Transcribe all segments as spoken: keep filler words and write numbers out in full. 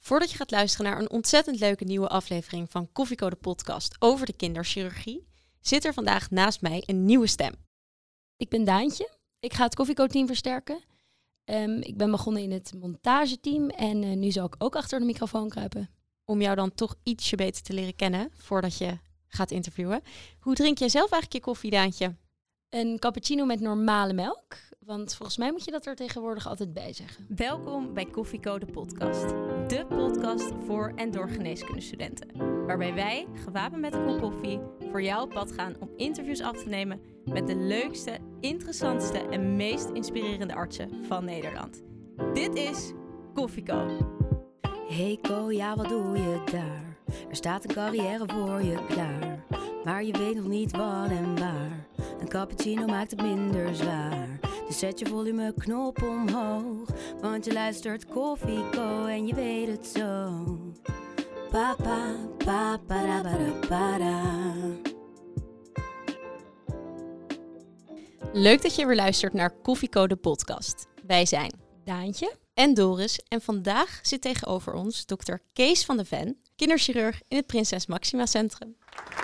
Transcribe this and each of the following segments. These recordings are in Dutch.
Voordat je gaat luisteren naar een ontzettend leuke nieuwe aflevering van Koffieko de podcast over de kinderchirurgie, zit er vandaag naast mij een nieuwe stem. Ik ben Daantje. Ik ga het Koffieko-team versterken. Um, ik ben begonnen in het montageteam en uh, nu zal ik ook achter de microfoon kruipen. Om jou dan toch ietsje beter te leren kennen voordat je gaat interviewen. Hoe drink jij zelf eigenlijk je koffie, Daantje? Een cappuccino met normale melk. Want volgens mij moet je dat er tegenwoordig altijd bij zeggen. Welkom bij Koffieko de podcast. De podcast voor en door geneeskundestudenten. Waarbij wij, gewapend met een kop koffie, voor jou op pad gaan om interviews af te nemen met de leukste, interessantste en meest inspirerende artsen van Nederland. Dit is Koffieko. Hey Ko, ja wat doe je daar? Er staat een carrière voor je klaar. Maar je weet nog niet wat en waar. Een cappuccino maakt het minder zwaar. Dus zet je volumeknop omhoog. Want je luistert Koffieko en je weet het zo. Pa pa pa para para para. Leuk dat je weer luistert naar Koffieko de podcast. Wij zijn Daantje en Doris en vandaag zit tegenover ons dokter Kees van de Ven, kinderchirurg in het Prinses Maxima Centrum.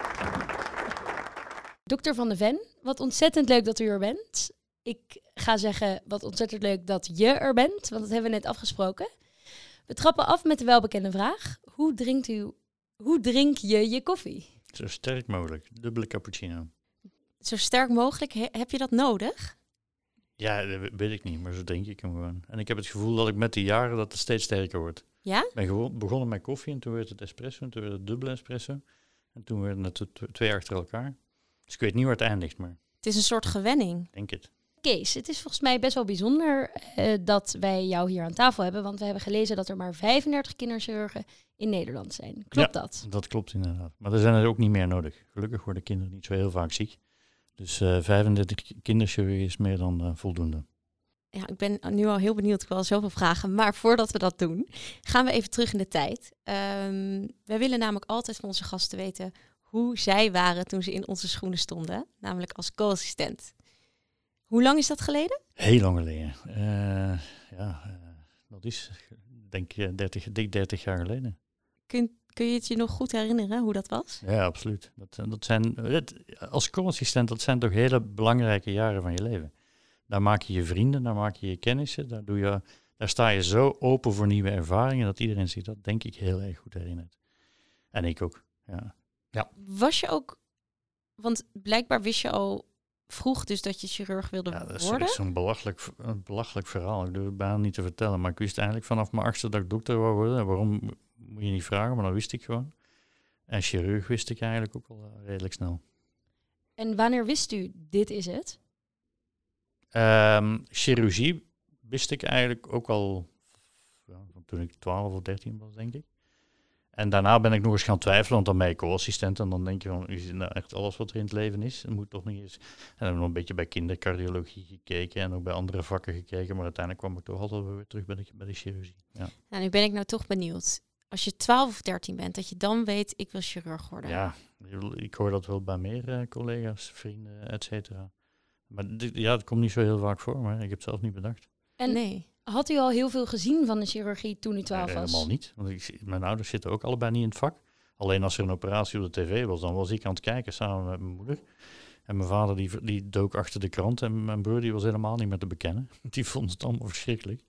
dokter Van de Ven, wat ontzettend leuk dat u er bent. Ik ga zeggen, wat ontzettend leuk dat je er bent, want dat hebben we net afgesproken. We trappen af met de welbekende vraag. Hoe drinkt u, hoe drink je je koffie? Zo sterk mogelijk. Dubbele cappuccino. Zo sterk mogelijk. He, heb je dat nodig? Ja, dat weet ik niet, maar zo drink ik hem gewoon. En ik heb het gevoel dat ik met de jaren dat het steeds sterker wordt. Ja? Ik ben gewoon begonnen met koffie en toen werd het espresso en toen werd het dubbele espresso. En toen werden het t- twee achter elkaar. Dus ik weet niet waar het eindigt, maar Het is een soort gewenning. ik denk het. Kees, het is volgens mij best wel bijzonder uh, dat wij jou hier aan tafel hebben. Want we hebben gelezen dat er maar vijfendertig kinderchirurgen in Nederland zijn. Klopt Ja, dat? Dat klopt inderdaad. Maar er zijn er ook niet meer nodig. Gelukkig worden kinderen niet zo heel vaak ziek. Dus uh, vijfendertig kinderchirurgie is meer dan uh, voldoende. Ja, ik ben nu al heel benieuwd. Ik wil al zoveel vragen. Maar voordat we dat doen, gaan we even terug in de tijd. Um, wij willen namelijk altijd van onze gasten weten hoe zij waren toen ze in onze schoenen stonden. Namelijk als co-assistent. Hoe lang is dat geleden? Heel lang geleden. Uh, ja, uh, dat is denk ik dertig, dik dertig jaar geleden. Kun, kun je het je nog goed herinneren hoe dat was? Ja, absoluut. Dat, dat zijn, het, als co-assistent, dat zijn toch hele belangrijke jaren van je leven. Daar maak je je vrienden, daar maak je je kennissen. Daar, doe je, daar sta je zo open voor nieuwe ervaringen dat iedereen zich dat denk ik heel erg goed herinnert. En ik ook, ja. ja. Was je ook, want blijkbaar wist je al vroeg dus dat je chirurg wilde ja, dat is, worden? Dat is zo'n belachelijk, een belachelijk verhaal. Ik durf het bijna niet te vertellen. Maar ik wist eigenlijk vanaf mijn achtste dat ik dokter wou worden. Waarom moet je niet vragen, maar dat wist ik gewoon. En chirurg wist ik eigenlijk ook al uh, redelijk snel. En wanneer wist u, dit is het? Um, chirurgie wist ik eigenlijk ook al ja, toen ik twaalf of dertien was, denk ik. En daarna ben ik nog eens gaan twijfelen, want dan ben je co-assistent en dan denk je van, is het nou echt alles wat er in het leven is? Het moet toch niet eens. En dan hebben we nog een beetje bij kindercardiologie gekeken en ook bij andere vakken gekeken, maar uiteindelijk kwam ik toch altijd weer terug bij de, bij de chirurgie. Ja. Nou, nu ben ik nou toch benieuwd. Als je twaalf of dertien bent, dat je dan weet, ik wil chirurg worden. Ja, ik hoor dat wel bij meer uh, collega's, vrienden, et cetera. Maar dit, ja, het komt niet zo heel vaak voor, maar ik heb het zelf niet bedacht. En nee. Had u al heel veel gezien van de chirurgie toen u twaalf nee, was? Helemaal niet. Want ik, mijn ouders zitten ook allebei niet in het vak. Alleen als er een operatie op de tv was, dan was ik aan het kijken samen met mijn moeder. En mijn vader die, die dook achter de krant en mijn broer die was helemaal niet meer te bekennen. Die vond het allemaal verschrikkelijk.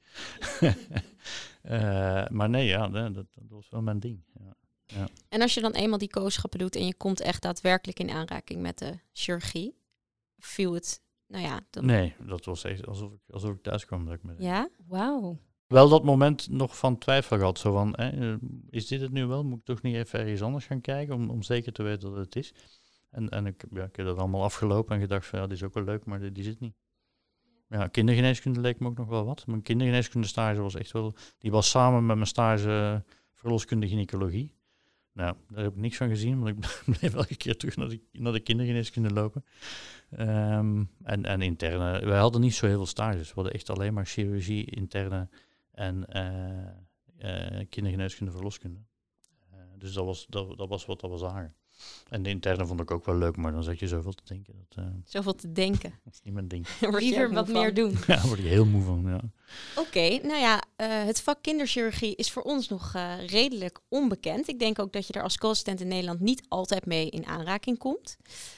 uh, maar nee, ja, dat, dat was wel mijn ding. Ja. Ja. En als je dan eenmaal die kooschappen doet en je komt echt daadwerkelijk in aanraking met de chirurgie, viel het, nou ja... Dan... Nee, dat was echt alsof ik, alsof ik thuis kwam. Dat ik me ja? Wauw. Wel dat moment nog van twijfel gehad. Zo van, eh, is dit het nu wel? Moet ik toch niet even ergens anders gaan kijken om, om zeker te weten dat het is? En, en ik, ja, ik heb dat allemaal afgelopen en gedacht van, ja, dit is ook wel leuk, maar die, die zit niet. Ja, kindergeneeskunde leek me ook nog wel wat. Mijn kindergeneeskunde stage was echt wel... Die was samen met mijn stage verloskunde gynaecologie. Nou, daar heb ik niks van gezien, want ik bleef elke keer terug naar de, naar de kindergeneeskunde lopen. Um, en, en interne... Wij hadden niet zo heel veel stages. We hadden echt alleen maar chirurgie, interne en uh, uh, kindergeneeskunde, verloskunde. Uh, dus dat was, dat, dat was wat dat we zagen. En de interne vond ik ook wel leuk, maar dan zat je zoveel te denken. Dat, uh, zoveel te denken. Dat is niet mijn ding. Liever wat meer doen. Ja, daar word ik heel moe van, ja. Oké, okay, nou ja, Uh, het vak kinderchirurgie is voor ons nog uh, redelijk onbekend. Ik denk ook dat je er als co-assistent in Nederland niet altijd mee in aanraking komt.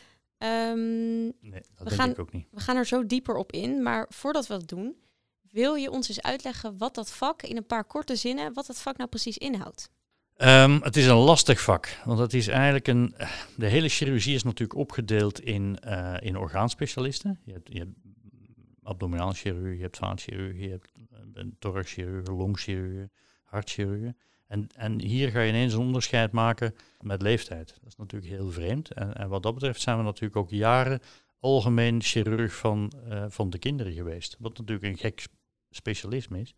Um, nee, dat we denk gaan, ik ook niet. We gaan er zo dieper op in, maar voordat we dat doen, wil je ons eens uitleggen wat dat vak, in een paar korte zinnen, wat dat vak nou precies inhoudt? Um, het is een lastig vak, want het is eigenlijk een... De hele chirurgie is natuurlijk opgedeeld in, uh, in orgaanspecialisten. Je hebt, je hebt abdominaalchirurgie, je hebt vaatchirurgie, je hebt uh, thoraxchirurgie, longchirurgie, hartchirurgie. En, en hier ga je ineens een onderscheid maken met leeftijd. Dat is natuurlijk heel vreemd. En, en wat dat betreft zijn we natuurlijk ook jaren algemeen chirurg van, uh, van de kinderen geweest. Wat natuurlijk een gek specialisme is.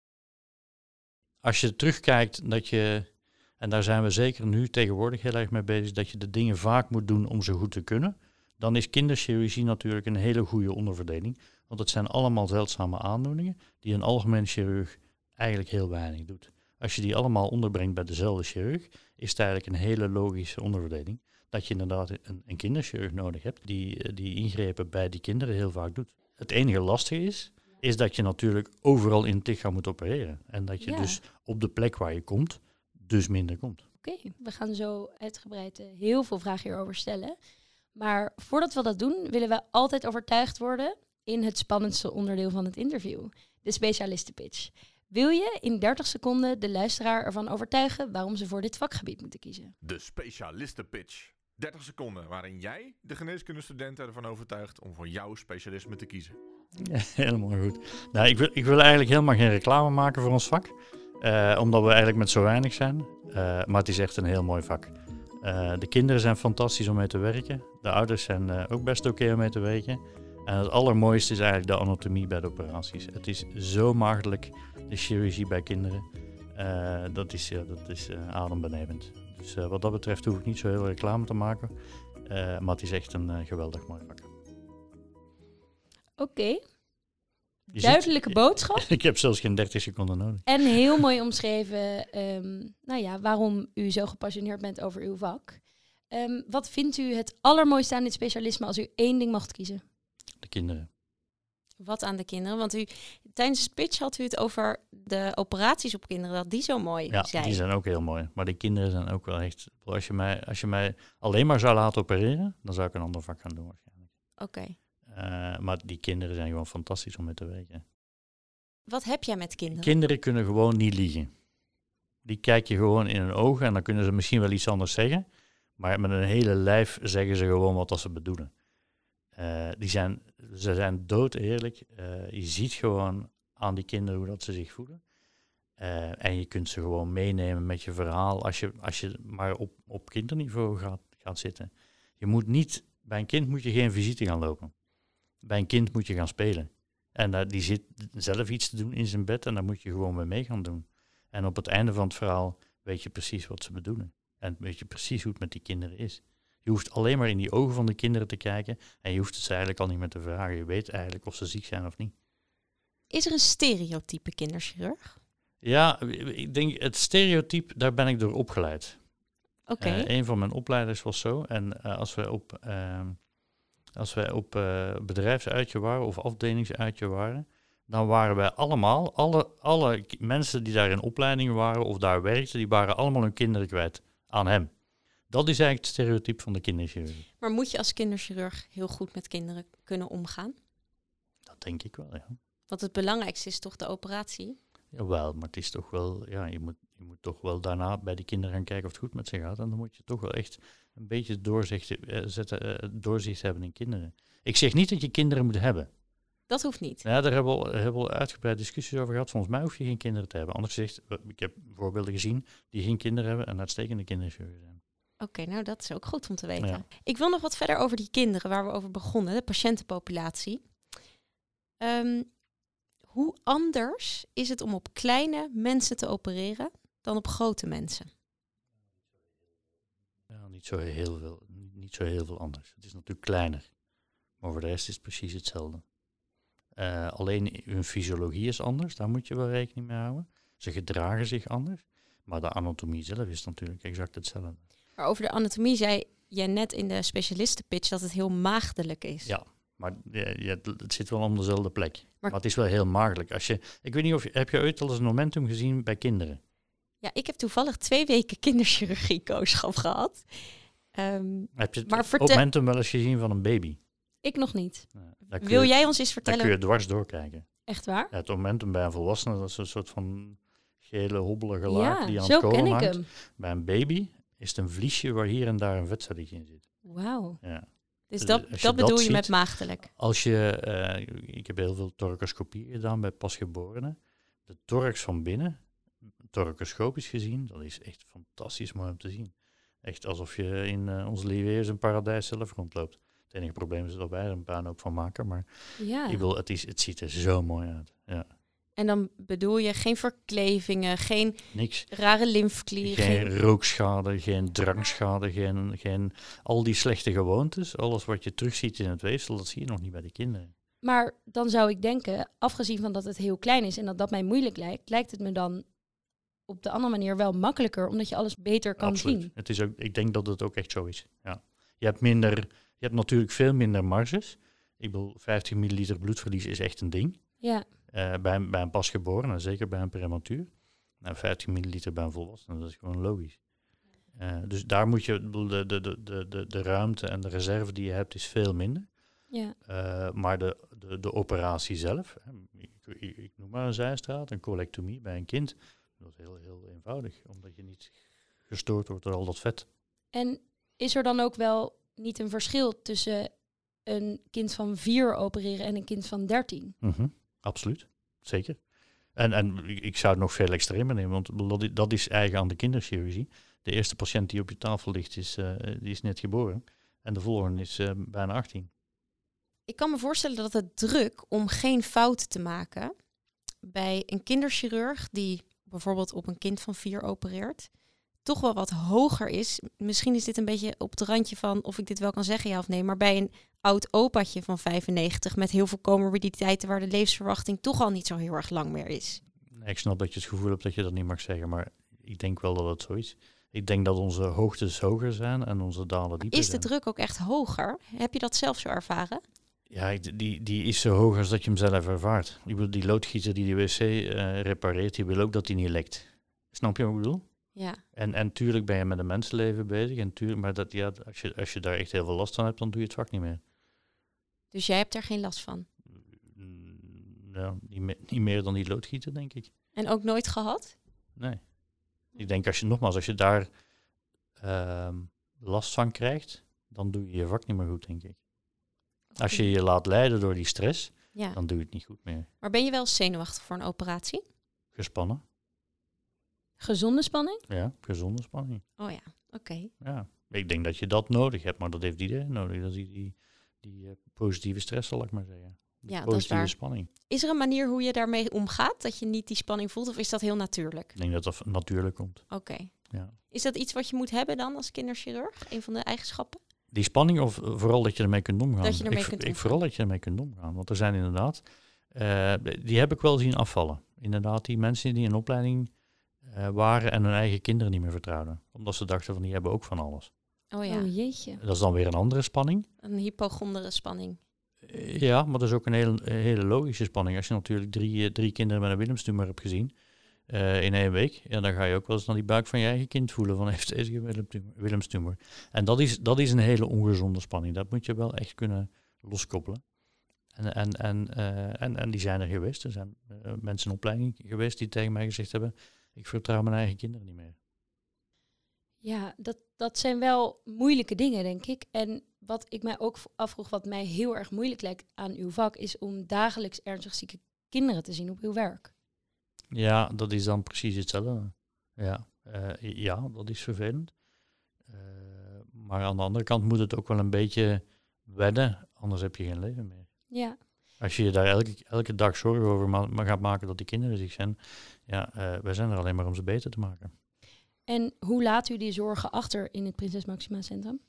Als je terugkijkt dat je, en daar zijn we zeker nu tegenwoordig heel erg mee bezig, dat je de dingen vaak moet doen om ze goed te kunnen, dan is kinderchirurgie natuurlijk een hele goede onderverdeling. Want het zijn allemaal zeldzame aandoeningen die een algemeen chirurg eigenlijk heel weinig doet. Als je die allemaal onderbrengt bij dezelfde chirurg, is het eigenlijk een hele logische onderverdeling. Dat je inderdaad een, een kinderchirurg nodig hebt die, die ingrepen bij die kinderen heel vaak doet. Het enige lastige is, is dat je natuurlijk overal in het lichaam moet opereren. En dat je Ja. dus op de plek waar je komt, dus minder komt. Oké, okay, we gaan zo uitgebreid uh, heel veel vragen hierover stellen. Maar voordat we dat doen, willen we altijd overtuigd worden in het spannendste onderdeel van het interview. De specialistenpitch. Wil je in dertig seconden de luisteraar ervan overtuigen waarom ze voor dit vakgebied moeten kiezen? De specialistenpitch. dertig seconden waarin jij de geneeskundestudenten ervan overtuigt om voor jouw specialisme te kiezen. Ja, helemaal goed. Nou, ik, wil, ik wil eigenlijk helemaal geen reclame maken voor ons vak. Uh, omdat we eigenlijk met zo weinig zijn. Uh, maar het is echt een heel mooi vak. Uh, de kinderen zijn fantastisch om mee te werken. De ouders zijn uh, ook best oké om mee te werken. En het allermooiste is eigenlijk de anatomie bij de operaties. Het is zo maagdelijk, de chirurgie bij kinderen. Uh, dat is, ja, dat is uh, adembenemend. Dus uh, wat dat betreft hoef ik niet zo heel reclame te maken. Uh, maar het is echt een uh, geweldig mooi vak. Oké. Okay. Duidelijke ziet, boodschap. Ik heb zelfs geen dertig seconden nodig. En heel mooi omschreven um, nou ja, waarom u zo gepassioneerd bent over uw vak. Um, wat vindt u het allermooiste aan dit specialisme als u één ding mocht kiezen? De kinderen. Wat aan de kinderen? Want u, tijdens de speech had u het over de operaties op kinderen, dat die zo mooi ja, zijn. Ja, die zijn ook heel mooi. Maar de kinderen zijn ook wel echt... Als je, mij, als je mij alleen maar zou laten opereren, dan zou ik een ander vak gaan doen waarschijnlijk. Oké. Okay. Uh, maar die kinderen zijn gewoon fantastisch om mee te werken. Wat heb jij met kinderen? Kinderen kunnen gewoon niet liegen. Die kijk je gewoon in hun ogen en dan kunnen ze misschien wel iets anders zeggen. Maar met een hele lijf zeggen ze gewoon wat dat ze bedoelen. Uh, die zijn, ze zijn dood eerlijk. Uh, je ziet gewoon aan die kinderen hoe dat ze zich voelen. Uh, en je kunt ze gewoon meenemen met je verhaal als je, als je maar op, op kinderniveau gaat, gaat zitten. Je moet niet, bij een kind moet je geen visite gaan lopen. Bij een kind moet je gaan spelen. En uh, die zit zelf iets te doen in zijn bed en daar moet je gewoon mee mee gaan doen. En op het einde van het verhaal weet je precies wat ze bedoelen. En weet je precies hoe het met die kinderen is. Je hoeft alleen maar in die ogen van de kinderen te kijken en je hoeft het ze eigenlijk al niet meer te vragen. Je weet eigenlijk of ze ziek zijn of niet. Is er een stereotype kinderchirurg? Ja, ik denk het stereotype, daar ben ik door opgeleid. Oké. Okay. Uh, een van mijn opleiders was zo. En uh, als we op, uh, als we op uh, bedrijfsuitje waren of afdelingsuitje waren, dan waren wij allemaal, alle, alle mensen die daar in opleiding waren of daar werkten, die waren allemaal hun kinderen kwijt aan hem. Dat is eigenlijk het stereotype van de kinderchirurgie. Maar moet je als kinderchirurg heel goed met kinderen kunnen omgaan? Dat denk ik wel, ja. Want het belangrijkste is toch de operatie? Jawel, maar het is toch wel, ja, je moet, je moet toch wel daarna bij die kinderen gaan kijken of het goed met ze gaat. En dan moet je toch wel echt een beetje doorzicht, uh, zetten, uh, doorzicht hebben in kinderen. Ik zeg niet dat je kinderen moet hebben. Dat hoeft niet. Ja, daar hebben we al, hebben we al uitgebreid discussies over gehad. Volgens mij hoef je geen kinderen te hebben. Anders gezegd, ik heb voorbeelden gezien die geen kinderen hebben en uitstekende kinderchirurgen zijn. Oké, okay, nou dat is ook goed om te weten. Ja. Ik wil nog wat verder over die kinderen waar we over begonnen, de patiëntenpopulatie. Um, hoe anders is het om op kleine mensen te opereren dan op grote mensen? Ja, niet zo heel veel, niet zo heel veel anders. Het is natuurlijk kleiner, maar voor de rest is het precies hetzelfde. Uh, alleen hun fysiologie is anders, daar moet je wel rekening mee houden. Ze gedragen zich anders, maar de anatomie zelf is natuurlijk exact hetzelfde. Maar over de anatomie zei jij net in de specialistenpitch dat het heel maagdelijk is. Ja, maar ja, ja, het zit wel op dezelfde plek. Maar het is wel heel maagdelijk. Als je, ik weet niet of je, heb je ooit al eens een momentum gezien bij kinderen? Ja, ik heb toevallig twee weken kinderchirurgie-kooschap gehad. Um, Heb je het maar vertel- momentum wel eens gezien van een baby? Ik nog niet. Ja, daar kun Wil je- jij ons eens Daar vertellen? kun je dwars doorkijken. Echt waar? Ja, het momentum bij een volwassene, dat is een soort van gele, hobbelige laag die Ja, aan zo het kolen ken ik hangt. hem. Bij een baby is het een vliesje waar hier en daar een vetcelletje in zit. Wauw. Ja. Dus Dus dat, als dat je bedoel dat je ziet- met maagdelijk. Als je, eh, ik heb heel veel torcoscopie gedaan bij pasgeborenen. De torx van binnen, torcoscopisch gezien, dat is echt fantastisch mooi om te zien. Echt alsof je in uh, ons lieve een paradijs zelf rondloopt. Het enige probleem is dat wij er een puinhoop van maken, maar Ja. ik bedoel, het, is, het ziet er zo mooi uit. Ja. En dan bedoel je geen verklevingen, geen Niks. rare lymfeklieren. Geen Geen... rookschade, geen drankschade, geen, geen, al die slechte gewoontes. Alles wat je terugziet in het weefsel, dat zie je nog niet bij de kinderen. Maar dan zou ik denken, afgezien van dat het heel klein is en dat dat mij moeilijk lijkt, lijkt het me dan op de andere manier wel makkelijker, omdat je alles beter kan Absoluut. zien. Het is ook, ik denk dat het ook echt zo is. Ja. Je hebt minder, je hebt natuurlijk veel minder marges. Ik bedoel, vijftig milliliter bloedverlies is echt een ding. Ja, Uh, bij, een- bij een pasgeboren en zeker bij een prematuur. Nou, vijftien milliliter bij een volwassene, dat is gewoon logisch. Uh, dus daar moet je, ik bedoel, de, de, de, de, de ruimte en de reserve die je hebt is veel minder. ja. Uh, maar de, de, de operatie zelf, hè, ik, ik, ik noem maar een zijstraat, een colectomie bij een kind, dat is heel, heel eenvoudig, omdat je niet gestoord wordt door al dat vet. En is er dan ook wel niet een verschil tussen een kind van vier opereren en een kind van dertien? Mm-hmm. Absoluut, zeker. En, en ik ik zou het nog veel extremer nemen, want dat is, dat is eigen aan de kinderchirurgie. De eerste patiënt die op je tafel ligt, is, uh, die is net geboren. En de volgende is uh, bijna achttien. Ik kan me voorstellen dat het druk om geen fouten te maken bij een kinderchirurg die bijvoorbeeld op een kind van vier opereert, toch wel wat hoger is. Misschien is dit een beetje op het randje van of ik dit wel kan zeggen, ja of nee. Maar bij een oud opaatje van vijfennegentig met heel veel comorbiditeiten waar de levensverwachting toch al niet zo heel erg lang meer is. Nee, ik snap dat je het gevoel hebt dat je dat niet mag zeggen, maar ik denk wel dat het zo is. Ik denk dat onze hoogtes hoger zijn en onze dalen dieper Is de zijn. druk ook echt hoger? Heb je dat zelf zo ervaren? Ja, ik- die, die is zo hoog als dat je hem zelf ervaart. Ik bedoel, die loodgieter die de wc uh, repareert, die wil ook dat die niet lekt. Snap je wat ik bedoel? Ja. En, en tuurlijk ben je met een mensenleven bezig, en tuurlijk, maar dat, ja, als, je, als je daar echt heel veel last van hebt, dan doe je het vak niet meer. Dus jij hebt er geen last van? Mm, Ja, niet, me- niet meer dan die loodgieter, denk ik. En ook nooit gehad? Nee. Ik denk als je nogmaals, als je daar ehm, last van krijgt, dan doe je je vak niet meer goed, denk ik. Als je je laat leiden door die stress, Ja. dan doe je het niet goed meer. Maar ben je wel zenuwachtig voor een operatie? Gespannen, Gezonde spanning? ja, gezonde spanning. Oh ja, oké. Ja. Ik denk dat je dat nodig hebt, maar dat heeft iedereen nodig. Dat is die, die, die uh, positieve stress, zal ik maar zeggen. Die Ja, dat is positieve waar. spanning. Is er een manier hoe je daarmee omgaat? Dat je niet die spanning voelt? Of is dat heel natuurlijk? Ik denk dat dat natuurlijk komt. Oké. Ja. Is dat iets wat je moet hebben dan als kinderchirurg? Een van de eigenschappen? Die spanning of uh, vooral dat je ermee kunt omgaan? Dat je ermee ik, kunt ik omgaan. Vooral dat je ermee kunt omgaan. Want er zijn inderdaad, uh, die heb ik wel zien afvallen. Inderdaad, die mensen die in opleiding uh, waren en hun eigen kinderen niet meer vertrouwden. Omdat ze dachten van die hebben ook van alles. Oh ja, Oh jeetje. Dat is dan weer een andere spanning. een hypochondere spanning. Uh, ja, maar dat is ook een hele, een hele logische spanning. Als je natuurlijk drie, uh, drie kinderen met een Willemstumor hebt gezien uh, in één week, ja, dan ga je ook wel eens naar die buik van je eigen kind voelen van heeft deze Willemstumor. Willemstumor. En dat is, dat is een hele ongezonde spanning. Dat moet je wel echt kunnen loskoppelen. En, en, en, uh, en, en die zijn er geweest. Er zijn uh, mensen in opleiding geweest die tegen mij gezegd hebben, ik vertrouw mijn eigen kinderen niet meer. Ja, dat, dat zijn wel moeilijke dingen, denk ik. En wat ik mij ook afvroeg, wat mij heel erg moeilijk lijkt aan uw vak, is om dagelijks ernstig zieke kinderen te zien op uw werk. Ja, dat is dan precies hetzelfde. Ja, uh, ja dat is vervelend. Uh, maar aan de andere kant moet het ook wel een beetje wedden, anders heb je geen leven meer. Ja. Als je je daar elke, elke dag zorgen over ma- ma- gaat maken dat die kinderen ziek zijn, ja, uh, wij zijn er alleen maar om ze beter te maken. En hoe laat u die zorgen achter in het Prinses Máxima Centrum?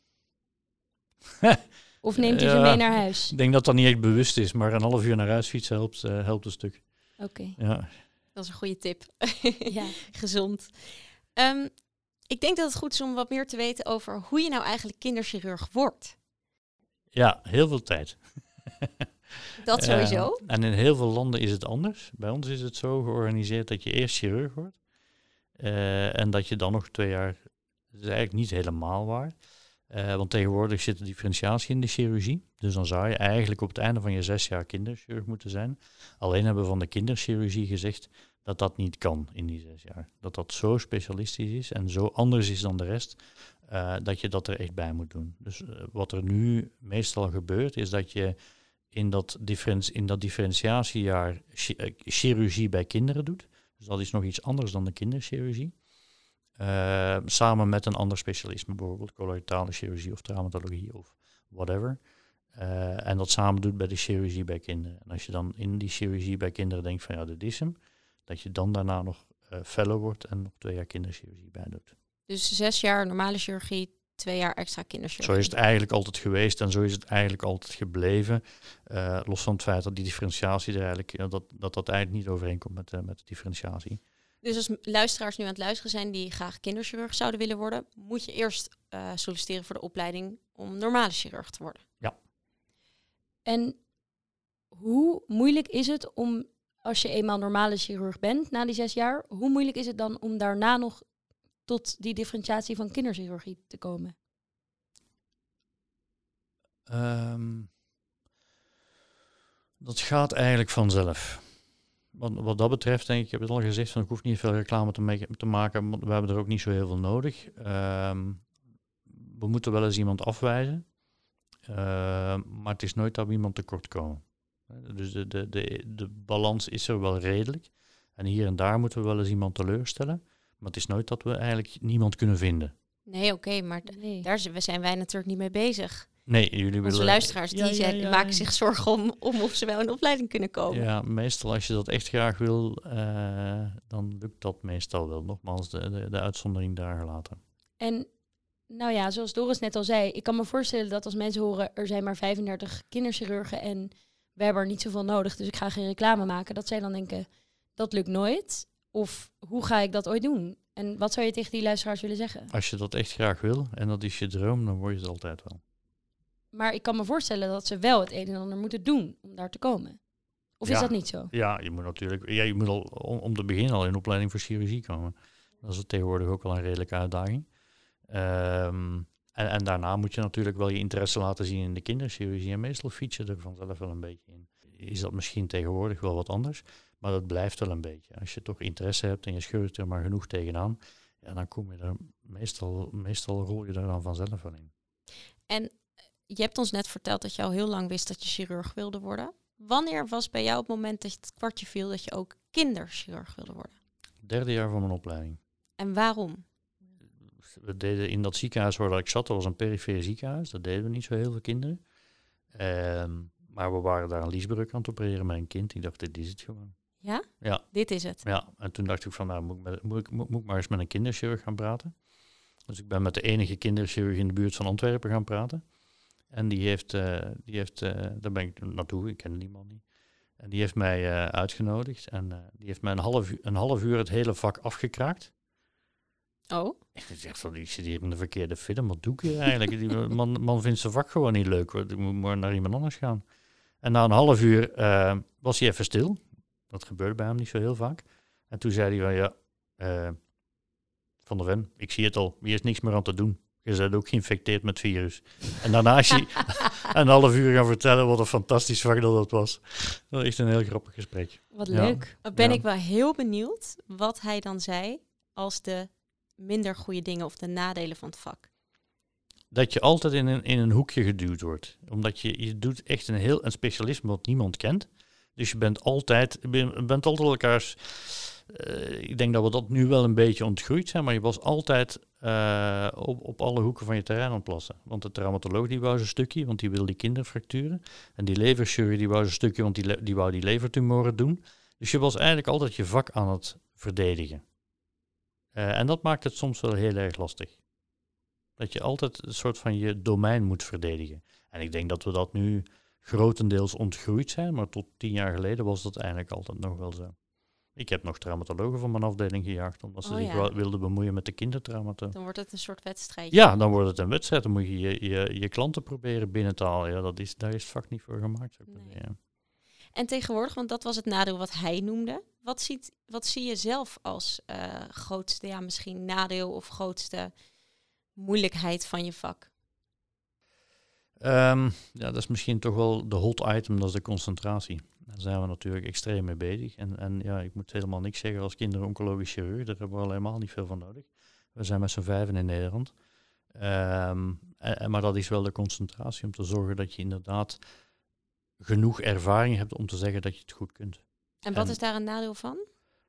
Of neemt u Ja, ze mee naar huis? Ik denk dat dat niet echt bewust is, maar een half uur naar huis fietsen helpt, uh, helpt een stuk. Oké. Okay. Ja. Dat is een goede tip. Ja. Gezond. Um, ik denk dat het goed is om wat meer te weten over hoe je nou eigenlijk kinderchirurg wordt. Ja, heel veel tijd. Dat sowieso. Uh, en in heel veel landen is het anders. Bij ons is het zo georganiseerd dat je eerst chirurg wordt. Uh, en dat je dan nog twee jaar... Dat is eigenlijk niet helemaal waar. Uh, want tegenwoordig zit de differentiatie in de chirurgie. Dus dan zou je eigenlijk op het einde van je zes jaar kinderchirurg moeten zijn. Alleen hebben we van de kinderchirurgie gezegd dat dat niet kan in die zes jaar. Dat dat zo specialistisch is en zo anders is dan de rest, uh, dat je dat er echt bij moet doen. Dus uh, wat er nu meestal gebeurt, is dat je in dat, differenti- in dat differentiatiejaar chi- uh, chirurgie bij kinderen doet. Dus dat is nog iets anders dan de kinderchirurgie. Uh, samen met een ander specialisme, bijvoorbeeld colorectale chirurgie of traumatologie of whatever. Uh, en dat samen doet bij de chirurgie bij kinderen. En als je dan in die chirurgie bij kinderen denkt van ja, dit is hem, dat je dan daarna nog uh, fellow wordt en nog twee jaar kinderchirurgie bij doet. Dus zes jaar normale chirurgie, twee jaar extra kinderchirurgie. Zo is het eigenlijk altijd geweest en zo is het eigenlijk altijd gebleven. Uh, los van het feit dat die differentiatie er eigenlijk, uh, dat, dat dat eigenlijk niet overeenkomt met, uh, met de differentiatie. Dus als luisteraars nu aan het luisteren zijn die graag kinderchirurg zouden willen worden, moet je eerst uh, solliciteren voor de opleiding om normale chirurg te worden. Ja. En hoe moeilijk is het om, als je eenmaal normale chirurg bent na die zes jaar, hoe moeilijk is het dan om daarna nog tot die differentiatie van kinderchirurgie te komen? Um, dat gaat eigenlijk vanzelf. Wat, wat dat betreft, denk ik, ik heb het al gezegd, van ik hoef niet veel reclame te, make, te maken, want we hebben er ook niet zo heel veel nodig. Um, we moeten wel eens iemand afwijzen, uh, maar het is nooit dat we iemand tekort komen. Dus de, de, de, de balans is er wel redelijk. En hier en daar moeten we wel eens iemand teleurstellen, maar het is nooit dat we eigenlijk niemand kunnen vinden. Nee, oké, okay, maar d- nee. daar zijn wij natuurlijk niet mee bezig. Nee, jullie willen... Onze luisteraars die ja, zijn, ja, ja, maken zich zorgen om, om of ze wel in de opleiding kunnen komen. Ja, meestal als je dat echt graag wil, uh, dan lukt dat meestal wel. Nogmaals, de, de, de uitzondering daar gelaten. En nou ja, zoals Doris net al zei, ik kan me voorstellen dat als mensen horen, er zijn maar vijfendertig kinderchirurgen en we hebben er niet zoveel nodig, dus ik ga geen reclame maken. Dat zij dan denken, dat lukt nooit. Of hoe ga ik dat ooit doen? En wat zou je tegen die luisteraars willen zeggen? Als je dat echt graag wil en dat is je droom, dan word je het altijd wel. Maar ik kan me voorstellen dat ze wel het een en ander moeten doen om daar te komen. Of ja, is dat niet zo? Ja, je moet natuurlijk, ja, je moet al om, om te beginnen al in opleiding voor chirurgie komen. Dat is tegenwoordig ook wel een redelijke uitdaging. Um, en, en daarna moet je natuurlijk wel je interesse laten zien in de kinderchirurgie. En meestal fiets je er vanzelf wel een beetje in. Is dat misschien tegenwoordig wel wat anders, maar dat blijft wel een beetje. Als je toch interesse hebt en je scheurt er maar genoeg tegenaan, ja, dan kom je er meestal, meestal rol je er dan vanzelf wel in. En je hebt ons net verteld dat je al heel lang wist dat je chirurg wilde worden. Wanneer was bij jou het moment dat het kwartje viel dat je ook kinderchirurg wilde worden? Derde jaar van mijn opleiding. En waarom? We deden in dat ziekenhuis waar ik zat, dat was een perifere ziekenhuis. Dat deden we niet zo heel veel kinderen. Um, maar we waren daar een liesbrug aan het opereren met een kind. Ik dacht, dit is het gewoon. Ja? Ja. Dit is het? Ja, en toen dacht ik van, nou, moet ik, met, moet, ik, moet, moet ik maar eens met een kinderchirurg gaan praten. Dus ik ben met de enige kinderchirurg in de buurt van Antwerpen gaan praten. En die heeft, uh, die heeft uh, daar ben ik naartoe, ik ken die man niet. En die heeft mij uh, uitgenodigd en uh, die heeft mij een half, een half uur het hele vak afgekraakt. Oh? Ik dacht van, ik zit hier in de verkeerde film, wat doe ik hier eigenlijk? Die man, man vindt zijn vak gewoon niet leuk, ik moet maar naar iemand anders gaan. En na een half uur uh, was hij even stil. Dat gebeurt bij hem niet zo heel vaak. En toen zei hij van, ja, uh, Van der Ven, ik zie het al, hier is niks meer aan te doen. Je bent ook geïnfecteerd met virus. En daarna is hij een half uur gaan vertellen wat een fantastisch vak dat, dat was. Dat was echt een heel grappig gesprek. Wat ja. leuk. Ben ja. ik wel heel benieuwd wat hij dan zei als de minder goede dingen of de nadelen van het vak. Dat je altijd in een, in een hoekje geduwd wordt. Omdat je, je doet echt een heel een specialisme wat niemand kent. Dus je bent altijd, je bent altijd elkaars... Uh, ik denk dat we dat nu wel een beetje ontgroeid zijn, maar je was altijd uh, op, op alle hoeken van je terrein aan het plassen. Want de traumatoloog die wou zijn stukje, want die wil die kinderfracturen. En die leverchirurg die wou zijn stukje, want die, le- die wou die levertumoren doen. Dus je was eigenlijk altijd je vak aan het verdedigen. Uh, en dat maakt het soms wel heel erg lastig. Dat je altijd een soort van je domein moet verdedigen. En ik denk dat we dat nu grotendeels ontgroeid zijn, maar tot tien jaar geleden was dat eigenlijk altijd nog wel zo. Ik heb nog traumatologen van mijn afdeling gejaagd, omdat ze Oh, zich ja. wel wilden bemoeien met de kindertraumata. Dan wordt het een soort wedstrijd. Ja, dan wordt het een wedstrijd. Dan moet je je, je, je klanten proberen binnen te halen. Ja, dat is, daar is het vak niet voor gemaakt. Zou ik maar Nee. zeggen. En tegenwoordig, want dat was het nadeel wat hij noemde. Wat, ziet, wat zie je zelf als uh, grootste, ja, misschien nadeel of grootste moeilijkheid van je vak? Um, ja, dat is misschien toch wel de hot item, dat is de concentratie. Daar zijn we natuurlijk extreem mee bezig. En, en ja, ik moet helemaal niks zeggen als kinderoncologisch chirurg. Daar hebben we al helemaal niet veel van nodig. We zijn met z'n vijven in Nederland. Um, en, maar dat is wel de concentratie om te zorgen dat je inderdaad genoeg ervaring hebt om te zeggen dat je het goed kunt. En wat en, is daar een nadeel van?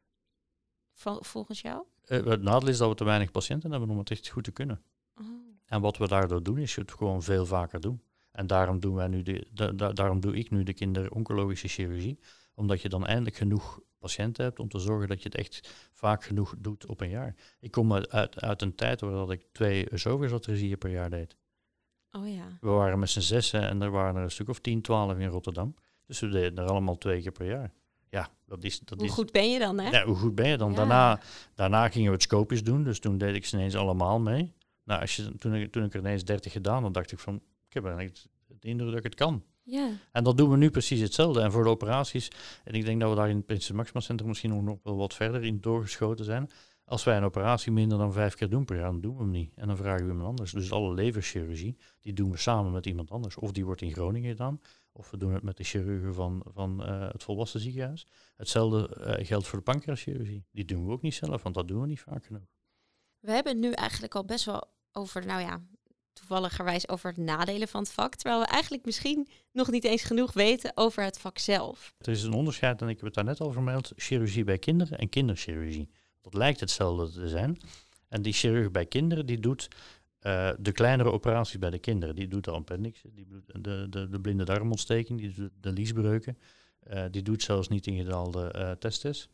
Vol, volgens jou? Uh, het nadeel is dat we te weinig patiënten hebben om het echt goed te kunnen. Oh. En wat we daardoor doen, is het gewoon veel vaker doen. En daarom, doen wij nu de, da, da, daarom doe ik nu de kinderoncologische chirurgie. Omdat je dan eindelijk genoeg patiënten hebt om te zorgen dat je het echt vaak genoeg doet op een jaar. Ik kom uit, uit, uit een tijd waar dat ik twee esophagusatrezieën per jaar deed. Oh ja. We waren met z'n zessen en er waren er een stuk of tien, twaalf in Rotterdam. Dus we deden er allemaal twee keer per jaar. Ja, dat is... Dat hoe is, goed ben je dan, hè? Ja, hoe goed ben je dan? Ja. Daarna, daarna gingen we het scopies doen, dus toen deed ik ze ineens allemaal mee. Nou, als je, toen, ik, toen ik er ineens dertig gedaan, dan dacht ik van, ik heb eigenlijk de indruk dat ik het kan. Ja. En dat doen we nu precies hetzelfde. En voor de operaties, en ik denk dat we daar in het Prinses Maxima Centrum misschien nog wel wat verder in doorgeschoten zijn. Als wij een operatie minder dan vijf keer doen per jaar, dan doen we hem niet. En dan vragen we iemand anders. Dus alle leverchirurgie, die doen we samen met iemand anders. Of die wordt in Groningen gedaan, of we doen het met de chirurgen van, van uh, het volwassen ziekenhuis. Hetzelfde uh, geldt voor de pancreaschirurgie. Die doen we ook niet zelf, want dat doen we niet vaak genoeg. We hebben het nu eigenlijk al best wel over, nou ja, toevalligerwijs over de nadelen van het vak. Terwijl we eigenlijk misschien nog niet eens genoeg weten over het vak zelf. Er is een onderscheid, en ik heb het daar net al vermeld, chirurgie bij kinderen en kinderchirurgie. Dat lijkt hetzelfde te zijn. En die chirurg bij kinderen, die doet uh, de kleinere operaties bij de kinderen. Die doet de appendix, die doet de, de, de blinde darmontsteking, die doet de liesbreuken. Uh, die doet zelfs niet ingedaalde uh, testes.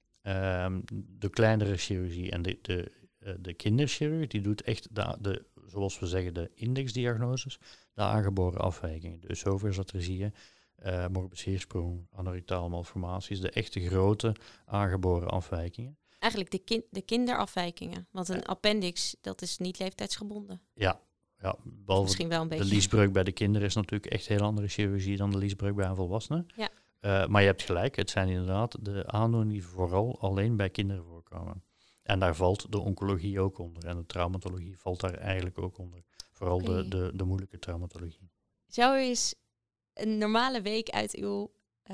Uh, de kleinere chirurgie en de, de, uh, de kinderchirurg, die doet echt de, de, zoals we zeggen, de indexdiagnoses, de aangeboren afwijkingen, de esophagusatrezieën, uh, morbus heersprong, anorrectale malformaties, de echte grote aangeboren afwijkingen. Eigenlijk de, kin- de kinderafwijkingen. Want een appendix, dat is niet leeftijdsgebonden. Ja, ja behalve misschien wel een beetje. De liesbreuk bij de kinderen is natuurlijk echt heel andere chirurgie dan de liesbreuk bij een volwassene. Ja. Uh, maar je hebt gelijk, het zijn inderdaad de aandoeningen die vooral alleen bij kinderen voorkomen. En daar valt de oncologie ook onder. En de traumatologie valt daar eigenlijk ook onder. Vooral okay. de, de, de moeilijke traumatologie. Zou je eens een normale week uit uw... Uh,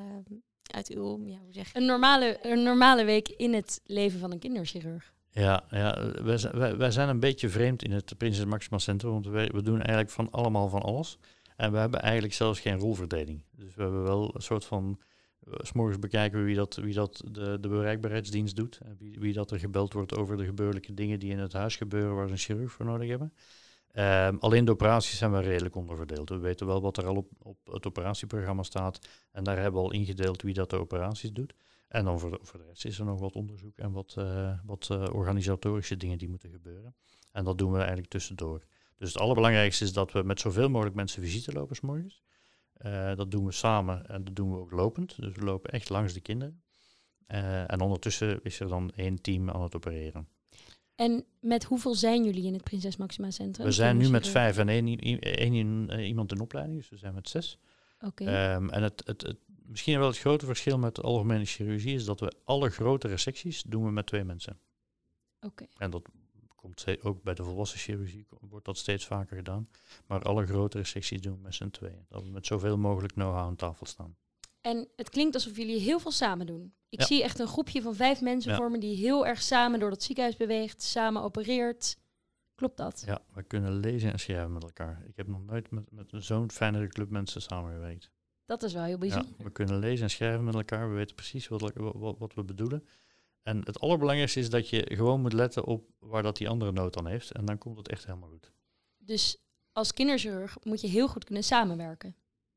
uit uw ja, hoe zeg je? Een normale, een normale week in het leven van een kinderchirurg. Ja, ja wij, zijn, wij, wij zijn een beetje vreemd in het Prinses Maxima Centrum. Want we, we doen eigenlijk van allemaal van alles. En we hebben eigenlijk zelfs geen rolverdeling. Dus we hebben wel een soort van... 's morgens bekijken we wie dat, wie dat de, de bereikbaarheidsdienst doet. En wie, wie dat er gebeld wordt over de gebeurlijke dingen die in het huis gebeuren waar ze een chirurg voor nodig hebben. Um, alleen de operaties zijn we redelijk onderverdeeld. We weten wel wat er al op, op het operatieprogramma staat. En daar hebben we al ingedeeld wie dat de operaties doet. En dan voor de, voor de rest is er nog wat onderzoek en wat, uh, wat uh, organisatorische dingen die moeten gebeuren. En dat doen we eigenlijk tussendoor. Dus het allerbelangrijkste is dat we met zoveel mogelijk mensen visite lopen 's morgens. Uh, dat doen we samen en dat doen we ook lopend. Dus we lopen echt langs de kinderen. Uh, en ondertussen is er dan één team aan het opereren. En met hoeveel zijn jullie in het Prinses Maxima Centrum? We zijn nu met vijf en één, één, één iemand in opleiding, dus we zijn met zes. Okay. Um, en het, het, het, misschien wel het grote verschil met de algemene chirurgie is dat we alle grote resecties doen we met twee mensen. Okay. En dat komt ook bij de volwassen chirurgie, wordt dat steeds vaker gedaan. Maar alle grote resecties doen we met z'n tweeën. Dat we met zoveel mogelijk know-how aan tafel staan. En het klinkt alsof jullie heel veel samen doen. Ik ja. zie echt een groepje van vijf mensen ja. vormen die heel erg samen door dat ziekenhuis beweegt, samen opereert. Klopt dat? Ja, we kunnen lezen en schrijven met elkaar. Ik heb nog nooit met, met zo'n fijnere club mensen samengewerkt. Dat is wel heel bijzonder. Ja, we kunnen lezen en schrijven met elkaar. We weten precies wat, wat, wat we bedoelen. En het allerbelangrijkste is dat je gewoon moet letten op waar dat die andere nood aan heeft. En dan komt het echt helemaal goed. Dus als kinderchirurg moet je heel goed kunnen samenwerken.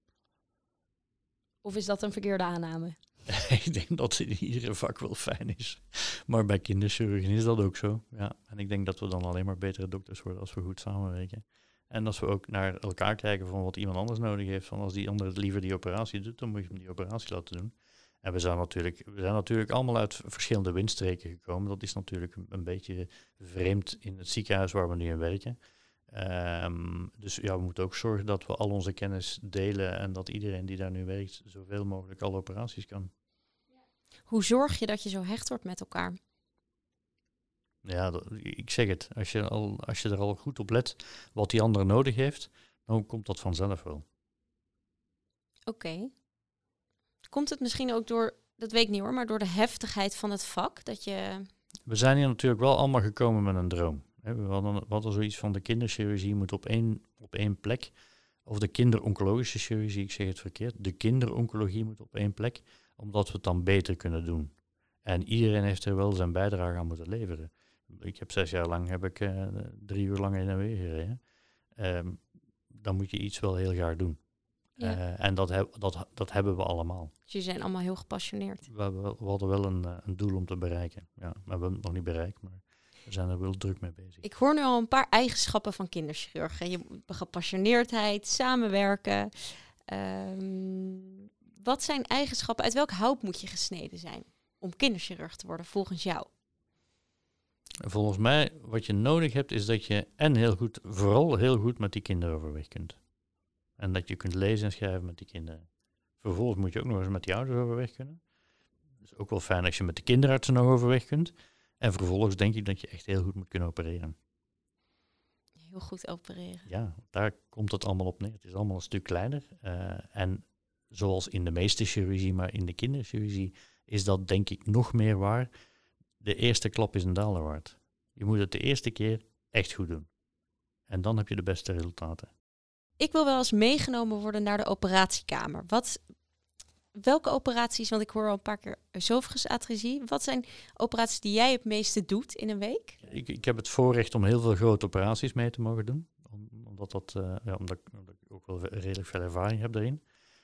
Of is dat een verkeerde aanname? Ik denk dat het in iedere vak wel fijn is. Maar bij kinderchirurgie is dat ook zo. Ja. En ik denk dat we dan alleen maar betere dokters worden als we goed samenwerken. En als we ook naar elkaar kijken van wat iemand anders nodig heeft. Van als die ander liever die operatie doet, dan moet je hem die operatie laten doen. En we zijn natuurlijk, we zijn natuurlijk allemaal uit verschillende windstreken gekomen. Dat is natuurlijk een, een beetje vreemd in het ziekenhuis waar we nu in werken. Um, dus ja, we moeten ook zorgen dat we al onze kennis delen en dat iedereen die daar nu werkt zoveel mogelijk alle operaties kan. Hoe zorg je dat je zo hecht wordt met elkaar? Ja, dat, ik zeg het. Als je, al, als je er al goed op let wat die ander nodig heeft, dan komt dat vanzelf wel. Oké. Okay. Komt het misschien ook door, dat weet ik niet hoor, maar door de heftigheid van het vak? Dat je... We zijn hier natuurlijk wel allemaal gekomen met een droom. We hadden, we hadden zoiets van de kinderchirurgie moet op één, op één plek. Of de kinderoncologische chirurgie, ik zeg het verkeerd. De kinderoncologie moet op één plek, omdat we het dan beter kunnen doen. En iedereen heeft er wel zijn bijdrage aan moeten leveren. Ik heb zes jaar lang, heb ik uh, drie uur lang heen en weer gereden. Um, dan moet je iets wel heel graag doen. Ja. Uh, en dat, heb, dat, dat hebben we allemaal. Dus jullie zijn allemaal heel gepassioneerd. We, we, we hadden wel een, een doel om te bereiken. Ja, we hebben het nog niet bereikt, maar we zijn er wel druk mee bezig. Ik hoor nu al een paar eigenschappen van kinderchirurgen. Je gepassioneerdheid, samenwerken. Um, wat zijn eigenschappen, uit welk hout moet je gesneden zijn om kinderchirurg te worden volgens jou? Volgens mij, wat je nodig hebt, is dat je en heel goed, vooral heel goed met die kinderen overweg kunt. En dat je kunt lezen en schrijven met die kinderen. Vervolgens moet je ook nog eens met die ouders overweg kunnen. Het is ook wel fijn als je met de kinderartsen nog overweg kunt. En vervolgens denk ik dat je echt heel goed moet kunnen opereren. Heel goed opereren. Ja, daar komt het allemaal op neer. Het is allemaal een stuk kleiner. Uh, en zoals in de meeste chirurgie, maar in de kinderchirurgie is dat denk ik nog meer waar. De eerste klap is een daler waard. Je moet het de eerste keer echt goed doen. En dan heb je de beste resultaten. Ik wil wel eens meegenomen worden naar de operatiekamer. Wat, welke operaties, want ik hoor al een paar keer esophagus-atresie. Wat zijn operaties die jij het meeste doet in een week? Ik, ik heb het voorrecht om heel veel grote operaties mee te mogen doen. Omdat, dat, uh, ja, omdat, omdat ik ook wel redelijk veel ervaring heb daarin.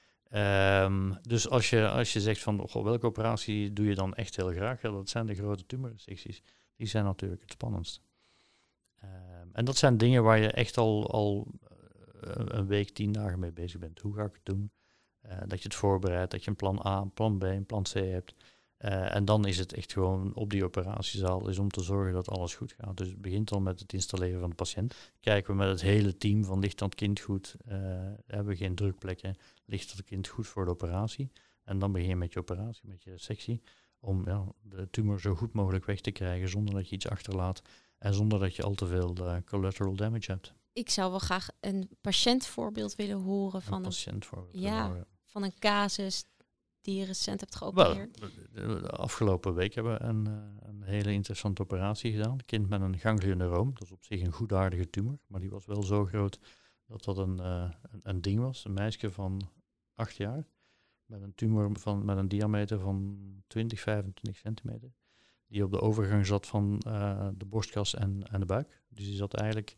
Um, dus als je, als je zegt van oh, welke operatie doe je dan echt heel graag? Ja, dat zijn de grote tumorresecties. Die zijn natuurlijk het spannendst. Um, en dat zijn dingen waar je echt al, al een week, tien dagen mee bezig bent. Hoe ga ik het doen? Uh, dat je het voorbereidt, dat je een plan A, een plan B, een plan C hebt. Uh, en dan is het echt gewoon op die operatiezaal is om te zorgen dat alles goed gaat. Dus het begint al met het installeren van de patiënt. Kijken we met het hele team van ligt dat kind goed? Uh, hebben we geen drukplekken? Ligt dat kind goed voor de operatie? En dan begin je met je operatie, met je sectie, om ja, de tumor zo goed mogelijk weg te krijgen zonder dat je iets achterlaat en zonder dat je al te veel uh, collateral damage hebt. Ik zou wel graag een patiëntvoorbeeld willen horen van een, patiëntvoorbeeld een, ja, van een casus die je recent hebt geopereerd. Wel, de afgelopen week hebben we een, een hele interessante operatie gedaan. Een kind met een ganglioneuroom, dat is op zich een goedaardige tumor, maar die was wel zo groot dat dat een, uh, een, een ding was. Een meisje van acht jaar met een tumor van, met een diameter van twintig, vijfentwintig centimeter. Die op de overgang zat van uh, de borstkas en, en de buik. Dus die zat eigenlijk,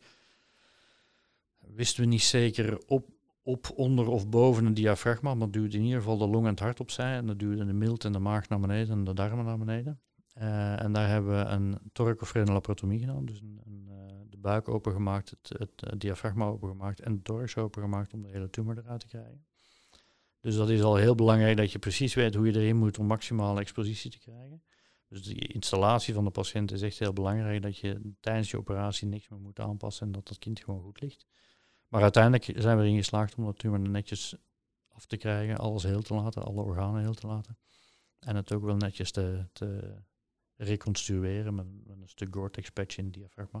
wisten we niet zeker, op, op, onder of boven een diafragma. Maar duwde in ieder geval de long en het hart opzij. En dan duwde de milt en de maag naar beneden en de darmen naar beneden. Uh, en daar hebben we een thoracoфренolaparotomie gedaan. Dus een, een, uh, de buik opengemaakt, het, het, het diafragma opengemaakt en de thorax opengemaakt om de hele tumor eruit te krijgen. Dus dat is al heel belangrijk dat je precies weet hoe je erin moet om maximale expositie te krijgen. Dus de installatie van de patiënt is echt heel belangrijk, dat je tijdens je operatie niks meer moet aanpassen en dat dat kind gewoon goed ligt. Maar uiteindelijk zijn we erin geslaagd om dat tumor netjes af te krijgen, alles heel te laten, alle organen heel te laten. En het ook wel netjes te, te reconstrueren met, met een stuk Gore-Tex patch in het diafragma.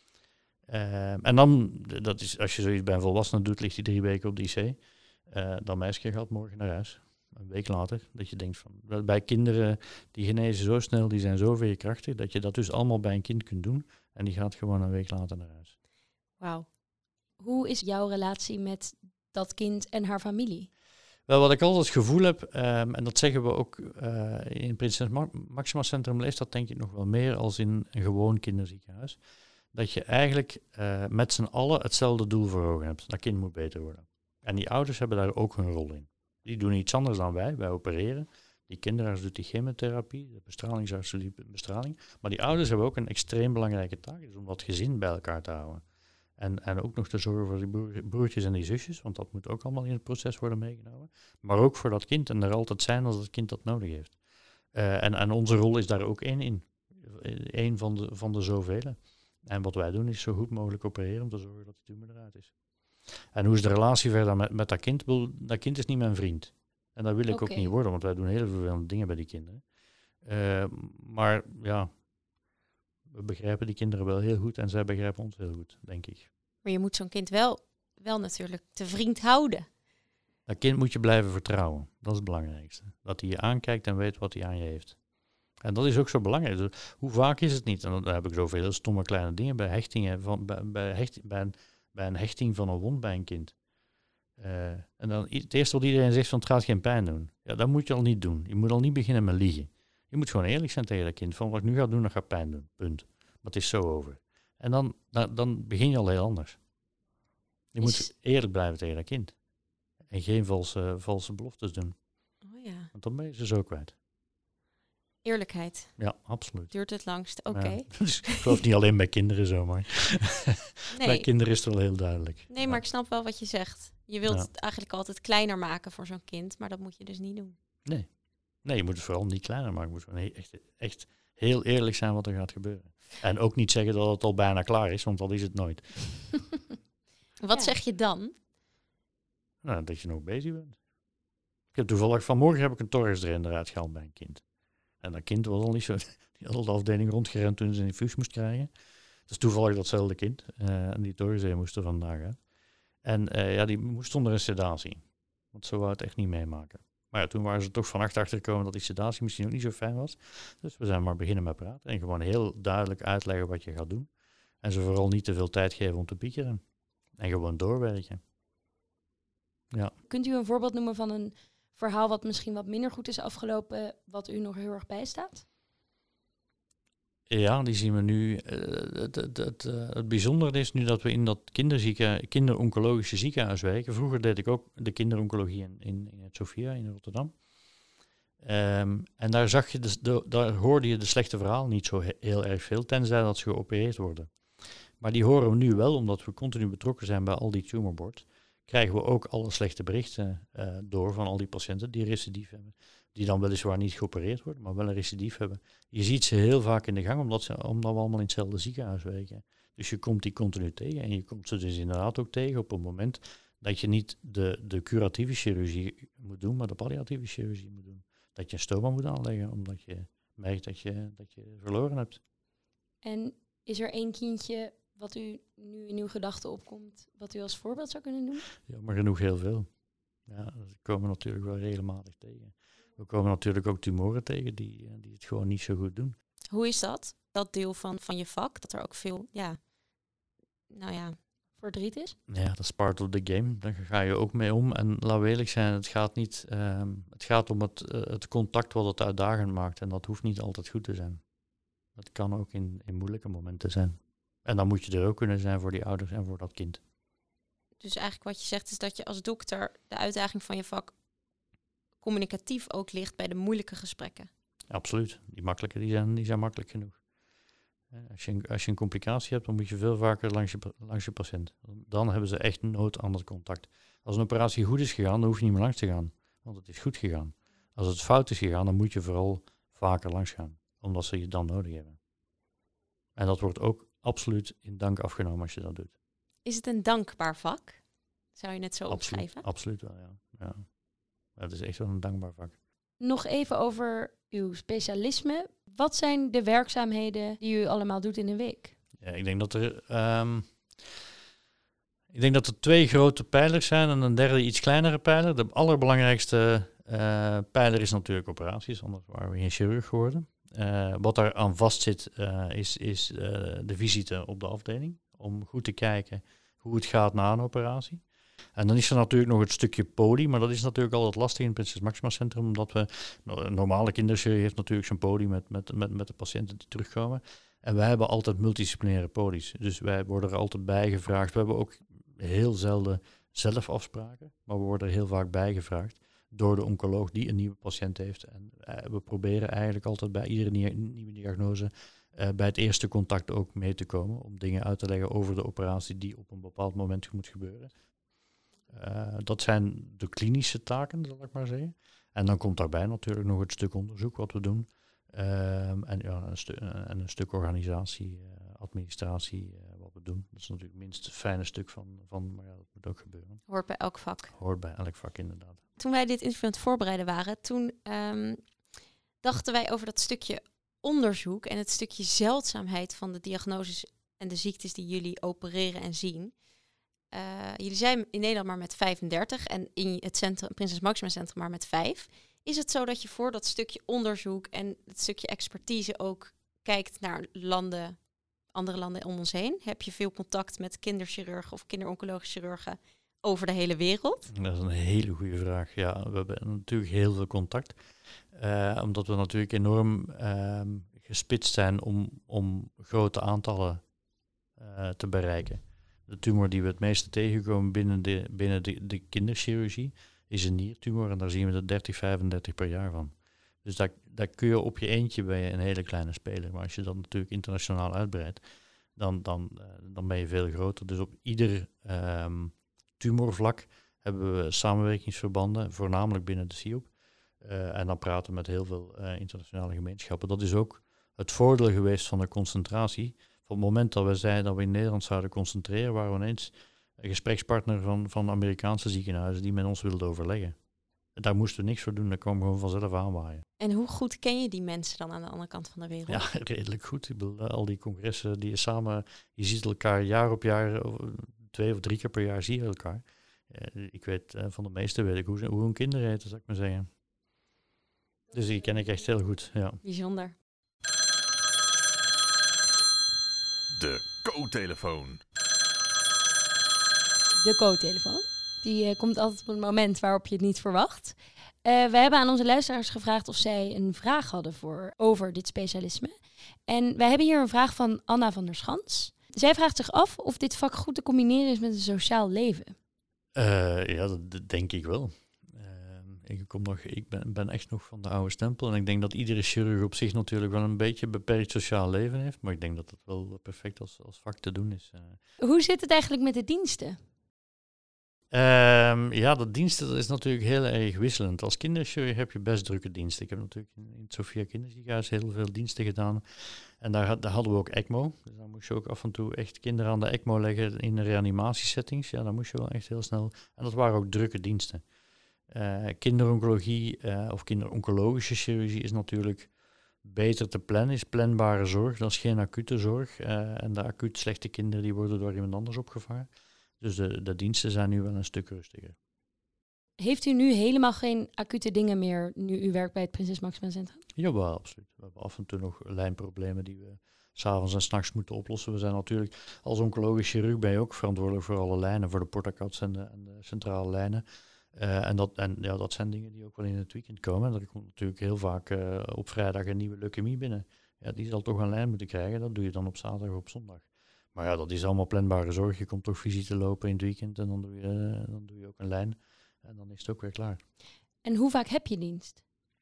Uh, en dan, dat is, als je zoiets bij een volwassene doet, ligt hij drie weken op de I C. Uh, dan meisje gaat morgen naar huis. Een week later, dat je denkt van, bij kinderen die genezen zo snel, die zijn zo veerkrachtig, dat je dat dus allemaal bij een kind kunt doen. En die gaat gewoon een week later naar huis. Wauw. Hoe is jouw relatie met dat kind en haar familie? Wel, wat ik altijd het gevoel heb, um, en dat zeggen we ook uh, in Prinses Ma- Maxima Centrum, leest dat denk ik nog wel meer als in een gewoon kinderziekenhuis. Dat je eigenlijk uh, met z'n allen hetzelfde doel voor ogen hebt. Dat kind moet beter worden. En die ouders hebben daar ook hun rol in. Die doen iets anders dan wij, wij opereren. Die kinderarts doet die chemotherapie, de bestralingsarts doet die bestraling. Maar die ouders hebben ook een extreem belangrijke taak, dus om dat gezin bij elkaar te houden. En, en ook nog te zorgen voor die broer, broertjes en die zusjes, want dat moet ook allemaal in het proces worden meegenomen. Maar ook voor dat kind en er altijd zijn als het kind dat nodig heeft. Uh, en, en onze rol is daar ook één in. Eén van de, van de zoveel. En wat wij doen is zo goed mogelijk opereren om te zorgen dat die tumor eruit is. En hoe is de relatie verder met, met dat kind? Dat kind is niet mijn vriend. En dat wil ik okay. ook niet worden, want wij doen heel veel dingen bij die kinderen. Uh, maar ja, we begrijpen die kinderen wel heel goed en zij begrijpen ons heel goed, denk ik. Maar je moet zo'n kind wel, wel natuurlijk te vriend houden. Dat kind moet je blijven vertrouwen. Dat is het belangrijkste. Dat hij je aankijkt en weet wat hij aan je heeft. En dat is ook zo belangrijk. Dus hoe vaak is het niet? En dan heb ik zoveel stomme kleine dingen bij hechtingen, van, bij, bij, hecht, bij, een, bij een hechting van een wond bij een kind. Uh, en dan het eerste wat iedereen zegt van het gaat geen pijn doen. Ja, dat moet je al niet doen. Je moet al niet beginnen met liegen. Je moet gewoon eerlijk zijn tegen dat kind. Van wat ik nu ga doen, dat gaat pijn doen. Punt. Maar het is zo over. En dan, dan, dan begin je al heel anders. Je is... moet eerlijk blijven tegen dat kind. En geen valse, valse beloftes doen. Oh ja. Want dan ben je ze zo kwijt. Eerlijkheid. Ja, absoluut. Duurt het langst. Oké. Okay. Ja, dus ik geloof niet alleen bij kinderen zo, maar nee. Bij kinderen is het wel heel duidelijk. Nee, maar ja. Ik snap wel wat je zegt. Je wilt ja. het eigenlijk altijd kleiner maken voor zo'n kind, maar dat moet je dus niet doen. Nee. Nee, je moet het vooral niet kleiner maken. Je moet gewoon echt, echt heel eerlijk zijn wat er gaat gebeuren. En ook niet zeggen dat het al bijna klaar is, want dat is het nooit. Wat ja. zeg je dan? Nou, dat je nog bezig bent. Ik heb toevallig vanmorgen heb ik een torens erin eruit gehaald bij een kind. En dat kind was al niet zo, die had al de afdeling rondgerend toen ze een infuus moest krijgen. Dat is toevallig datzelfde kind. Uh, en die torens moest er vandaag uit. En uh, ja, die moest onder een sedatie. Want zo wou het echt niet meemaken. Maar ja, toen waren ze toch vannacht achtergekomen dat die sedatie misschien ook niet zo fijn was. Dus we zijn maar beginnen met praten en gewoon heel duidelijk uitleggen wat je gaat doen. En ze vooral niet te veel tijd geven om te piekeren. En gewoon doorwerken. Ja. Kunt u een voorbeeld noemen van een verhaal wat misschien wat minder goed is afgelopen, wat u nog heel erg bijstaat? Ja, die zien we nu. Uh, het, het, het, uh, het bijzondere is nu dat we in dat kinderzieke, kinderoncologische ziekenhuis werken. Vroeger deed ik ook de kinderoncologie in, in, in het Sophia in Rotterdam. Um, en daar, zag je de, de, daar hoorde je de slechte verhaal niet zo he, heel erg veel, tenzij dat ze geopereerd worden. Maar die horen we nu wel, omdat we continu betrokken zijn bij al die tumorboards. Krijgen we ook alle slechte berichten uh, door van al die patiënten die recidief hebben. Die dan weliswaar niet geopereerd worden, maar wel een recidief hebben. Je ziet ze heel vaak in de gang, omdat, ze, omdat we allemaal in hetzelfde ziekenhuis werken. Dus je komt die continu tegen. En je komt ze dus inderdaad ook tegen op het moment dat je niet de, de curatieve chirurgie moet doen, maar de palliatieve chirurgie moet doen. Dat je een stoma moet aanleggen, omdat je merkt dat je, dat je verloren hebt. En is er één kindje wat u nu in uw gedachten opkomt, wat u als voorbeeld zou kunnen doen? Ja, maar genoeg heel veel. Ja, dat komen we natuurlijk wel regelmatig tegen. We komen natuurlijk ook tumoren tegen die, die het gewoon niet zo goed doen. Hoe is dat? Dat deel van, van je vak, dat er ook veel, ja, nou ja, verdriet is? Ja, dat is part of the game. Daar ga je ook mee om. En laat we eerlijk zijn, het gaat niet, um, het gaat om het, uh, het contact wat het uitdagend maakt. En dat hoeft niet altijd goed te zijn. Dat kan ook in, in moeilijke momenten zijn. En dan moet je er ook kunnen zijn voor die ouders en voor dat kind. Dus eigenlijk wat je zegt is dat je als dokter de uitdaging van je vak communicatief ook ligt bij de moeilijke gesprekken. Absoluut. Die makkelijke, die zijn, die zijn makkelijk genoeg. Als je, als je een complicatie hebt, dan moet je veel vaker langs je, langs je patiënt. Dan hebben ze echt nood aan dat contact. Als een operatie goed is gegaan, dan hoef je niet meer langs te gaan. Want het is goed gegaan. Als het fout is gegaan, dan moet je vooral vaker langs gaan. Omdat ze je dan nodig hebben. En dat wordt ook absoluut in dank afgenomen als je dat doet. Is het een dankbaar vak? Zou je het zo absoluut, omschrijven? Absoluut wel, ja. ja. Het is echt wel een dankbaar vak. Nog even over uw specialisme. Wat zijn de werkzaamheden die u allemaal doet in een week? Ja, ik denk dat er, um, ik denk dat er twee grote pijlers zijn en een derde iets kleinere pijler. De allerbelangrijkste uh, pijler is natuurlijk operaties, anders waren we geen chirurg geworden. Uh, wat daar aan vast zit uh, is, is uh, de visite op de afdeling. Om goed te kijken hoe het gaat na een operatie. En dan is er natuurlijk nog het stukje poli, maar dat is natuurlijk altijd lastig in het Prinses Máxima Centrum, omdat we, een normale kinderchirurgie heeft natuurlijk zijn poli met, met, met, met de patiënten die terugkomen. En wij hebben altijd multidisciplinaire polies, dus wij worden er altijd bij gevraagd. We hebben ook heel zelden zelf afspraken, maar we worden er heel vaak bij gevraagd door de oncoloog die een nieuwe patiënt heeft. En uh, we proberen eigenlijk altijd bij iedere nie- nieuwe diagnose uh, bij het eerste contact ook mee te komen. Om dingen uit te leggen over de operatie die op een bepaald moment moet gebeuren. Uh, dat zijn de klinische taken, zal ik maar zeggen. En dan komt daarbij natuurlijk nog het stuk onderzoek wat we doen. Um, en, ja, een stu- en een stuk organisatie, uh, administratie, uh, wat we doen. Dat is natuurlijk het minst fijne stuk van, van, maar ja, dat moet ook gebeuren. Hoort bij elk vak. Hoort bij elk vak, inderdaad. Toen wij dit interview aan het voorbereiden waren, toen um, dachten wij over dat stukje onderzoek en het stukje zeldzaamheid van de diagnoses en de ziektes die jullie opereren en zien. Uh, jullie zijn in Nederland maar met vijfendertig en in het centrum, Prinses Máxima Centrum maar met vijf. Is het zo dat je voor dat stukje onderzoek en het stukje expertise ook kijkt naar landen, andere landen om ons heen? Heb je veel contact met kinderchirurgen of kinderoncologische chirurgen over de hele wereld? Dat is een hele goede vraag. Ja, we hebben natuurlijk heel veel contact. Uh, omdat we natuurlijk enorm uh, gespitst zijn om, om grote aantallen uh, te bereiken. De tumor die we het meeste tegenkomen binnen de, binnen de, de kinderchirurgie is een niertumor en daar zien we er dertig, vijfendertig per jaar van. Dus daar, daar kun je op je eentje bij een hele kleine speler. Maar als je dat natuurlijk internationaal uitbreidt, dan, dan, uh, dan ben je veel groter. Dus op ieder um, tumorvlak hebben we samenwerkingsverbanden, voornamelijk binnen de C I O P. Uh, en dan praten we met heel veel uh, internationale gemeenschappen. Dat is ook het voordeel geweest van de concentratie. Op het moment dat we zeiden dat we in Nederland zouden concentreren, waren we ineens een gesprekspartner van, van Amerikaanse ziekenhuizen die met ons wilden overleggen. En daar moesten we niks voor doen, dat kwam gewoon vanzelf aanwaaien. En hoe goed ken je die mensen dan aan de andere kant van de wereld? Ja, redelijk goed. Ik bedoel, al die congressen die je samen, je ziet elkaar jaar op jaar, twee of drie keer per jaar zie je elkaar. Uh, ik weet, uh, van de meeste weet ik hoe, hoe hun kinderen heten, zou ik maar zeggen. Dus die ken ik echt heel goed, ja. Bijzonder. De co-telefoon. De co-telefoon. Die uh, komt altijd op een moment waarop je het niet verwacht. Uh, we hebben aan onze luisteraars gevraagd of zij een vraag hadden voor, over dit specialisme. En wij hebben hier een vraag van Anna van der Schans. Zij vraagt zich af of dit vak goed te combineren is met een sociaal leven. Uh, ja, dat, dat denk ik wel. Ik, kom nog, ik ben, ben echt nog van de oude stempel. En ik denk dat iedere chirurg op zich natuurlijk wel een beetje beperkt sociaal leven heeft. Maar ik denk dat het wel perfect als, als vak te doen is. Uh. Hoe zit het eigenlijk met de diensten? Um, ja, de diensten dat is natuurlijk heel erg wisselend. Als kinderchirurg heb je best drukke diensten. Ik heb natuurlijk in, in het Sophia Kinderziekenhuis heel veel diensten gedaan. En daar, daar hadden we ook ECMO. Dus dan moest je ook af en toe echt kinderen aan de ECMO leggen in de reanimatiesettings. Ja, dan moest je wel echt heel snel. En dat waren ook drukke diensten. Uh, kinderoncologie uh, of kinderoncologische chirurgie is natuurlijk beter te plannen, is planbare zorg, dat is geen acute zorg. Uh, en de acuut slechte kinderen die worden door iemand anders opgevangen. Dus de, de diensten zijn nu wel een stuk rustiger. Heeft u nu helemaal geen acute dingen meer nu u werkt bij het Prinses Máxima Centrum? Jawel, absoluut. We hebben af en toe nog lijnproblemen die we 's avonds en 's nachts moeten oplossen. We zijn natuurlijk als oncologisch chirurg ben je ook verantwoordelijk voor alle lijnen, voor de portacats en de, en de centrale lijnen. Uh, en dat, en ja, dat zijn dingen die ook wel in het weekend komen. En er komt natuurlijk heel vaak uh, op vrijdag een nieuwe leukemie binnen. Ja, die zal toch een lijn moeten krijgen. Dat doe je dan op zaterdag of op zondag. Maar ja, dat is allemaal planbare zorg. Je komt toch visite lopen in het weekend en dan doe je, uh, dan doe je ook een lijn. En dan is het ook weer klaar. En hoe vaak heb je dienst?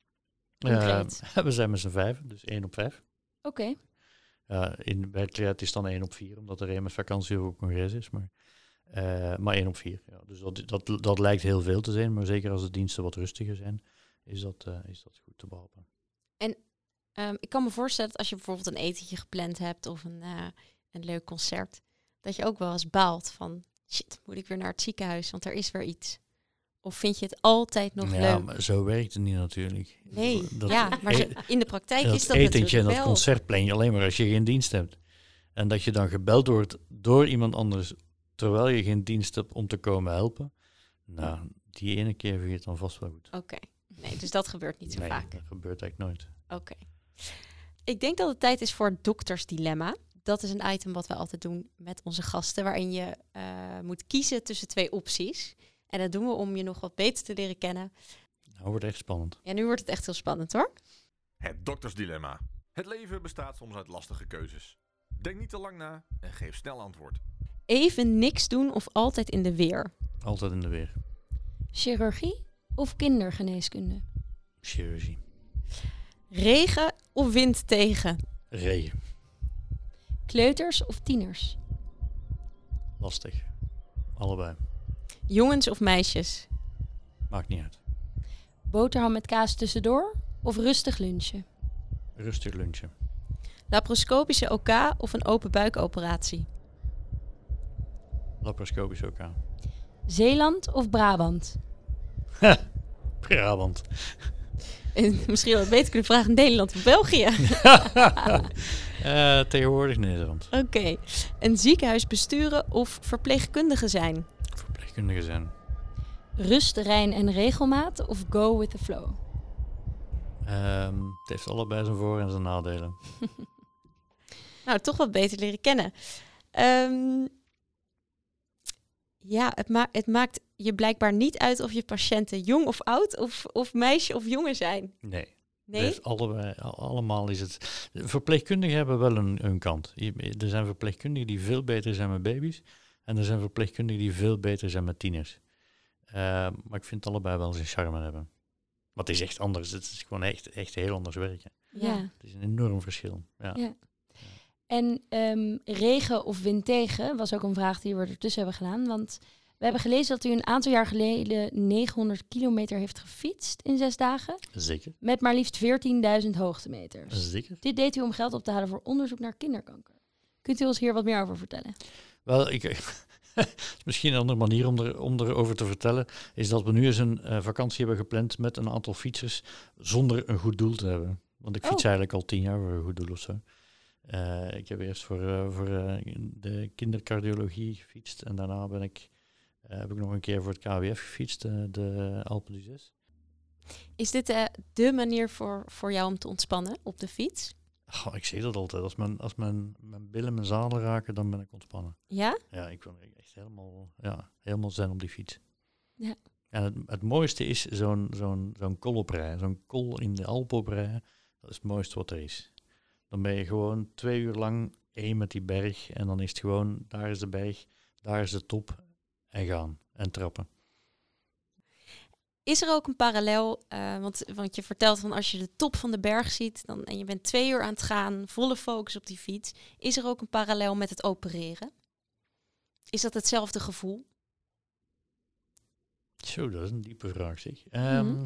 Uh, we zijn met z'n vijf, dus één op vijf. Oké. Okay. Uh, in werkelijkheid is het dan één op vier, omdat er één met vakantie of congres is. Maar... Uh, maar één op vier. Ja. Dus dat, dat, dat lijkt heel veel te zijn, maar zeker als de diensten wat rustiger zijn, is dat, uh, is dat goed te behappen. En um, ik kan me voorstellen dat als je bijvoorbeeld een etentje gepland hebt of een, uh, een leuk concert, dat je ook wel eens baalt van, shit, moet ik weer naar het ziekenhuis, want er is weer iets. Of vind je het altijd nog ja, leuk? Ja, maar zo werkt het niet natuurlijk. Nee, dat ja, maar zo, in de praktijk dat is dat etentje natuurlijk en dat wel. concert plan je alleen maar als je geen dienst hebt. En dat je dan gebeld wordt door iemand anders terwijl je geen dienst hebt om te komen helpen. Nou, die ene keer vind je het dan vast wel goed. Oké, okay. Nee, dus dat gebeurt niet zo nee, vaak. dat gebeurt eigenlijk nooit. Oké. Okay. Ik denk dat het tijd is voor het doktersdilemma. Dat is een item wat we altijd doen met onze gasten, waarin je uh, moet kiezen tussen twee opties. En dat doen we om je nog wat beter te leren kennen. Nou, wordt echt spannend. Ja, nu wordt het echt heel spannend hoor. Het doktersdilemma. Het leven bestaat soms uit lastige keuzes. Denk niet te lang na en geef snel antwoord. Even niks doen of altijd in de weer? Altijd in de weer. Chirurgie of kindergeneeskunde? Chirurgie. Regen of wind tegen? Regen. Kleuters of tieners? Lastig. Allebei. Jongens of meisjes? Maakt niet uit. Boterham met kaas tussendoor of rustig lunchen? Rustig lunchen. Laparoscopische O K of een open buikoperatie? Laparoscopisch ook aan. Zeeland of Brabant? Brabant. En misschien wel beter kunnen vragen Nederland of België. uh, tegenwoordig Nederland. Oké. Okay. Een ziekenhuis besturen of verpleegkundige zijn? Verpleegkundige zijn. Rust, rein en regelmaat of go with the flow? Um, het heeft allebei zijn voor- en zijn nadelen. Nou, toch wat beter leren kennen. Um, ja, het, ma- het maakt je blijkbaar niet uit of je patiënten jong of oud of, of meisje of jongen zijn. Nee. Nee? Dus allebei, allemaal is het... Verpleegkundigen hebben wel een, een kant. Er zijn verpleegkundigen die veel beter zijn met baby's. En er zijn verpleegkundigen die veel beter zijn met tieners. Uh, maar ik vind allebei wel zijn charme hebben. Maar het is echt anders. Het is gewoon echt, echt heel anders werken. Ja. Het is een enorm verschil. Ja. Ja. En um, regen of wind tegen was ook een vraag die we ertussen hebben gedaan. Want we hebben gelezen dat u een aantal jaar geleden negenhonderd kilometer heeft gefietst in zes dagen. Zeker. Met maar liefst veertienduizend hoogtemeters. Zeker. Dit deed u om geld op te halen voor onderzoek naar kinderkanker. Kunt u ons hier wat meer over vertellen? Wel, ik... Misschien een andere manier om, er, om erover te vertellen, is dat we nu eens een uh, vakantie hebben gepland met een aantal fietsers zonder een goed doel te hebben. Want ik fiets oh. eigenlijk al tien jaar voor een goed doel of zo. Uh, ik heb eerst voor, uh, voor uh, de kindercardiologie gefietst en daarna ben ik, uh, heb ik nog een keer voor het K W F gefietst, uh, de Alpe d'Huez. Is dit uh, de manier voor, voor jou om te ontspannen op de fiets? Oh, ik zeg dat altijd. Als mijn, als mijn, mijn billen mijn zadel raken, dan ben ik ontspannen. Ja? Ja, ik ben echt helemaal, ja, helemaal zen op die fiets. Ja. En het, het mooiste is zo'n, zo'n, zo'n kol oprijden. Zo'n kol in de Alpen oprijden. Dat is het mooiste wat er is. Dan ben je gewoon twee uur lang één met die berg. En dan is het gewoon, daar is de berg, daar is de top. En gaan. En trappen. Is er ook een parallel, uh, want, want je vertelt van als je de top van de berg ziet dan, en je bent twee uur aan het gaan, volle focus op die fiets. Is er ook een parallel met het opereren? Is dat hetzelfde gevoel? Zo, dat is een diepe vraag, zeg. Mm-hmm. Um,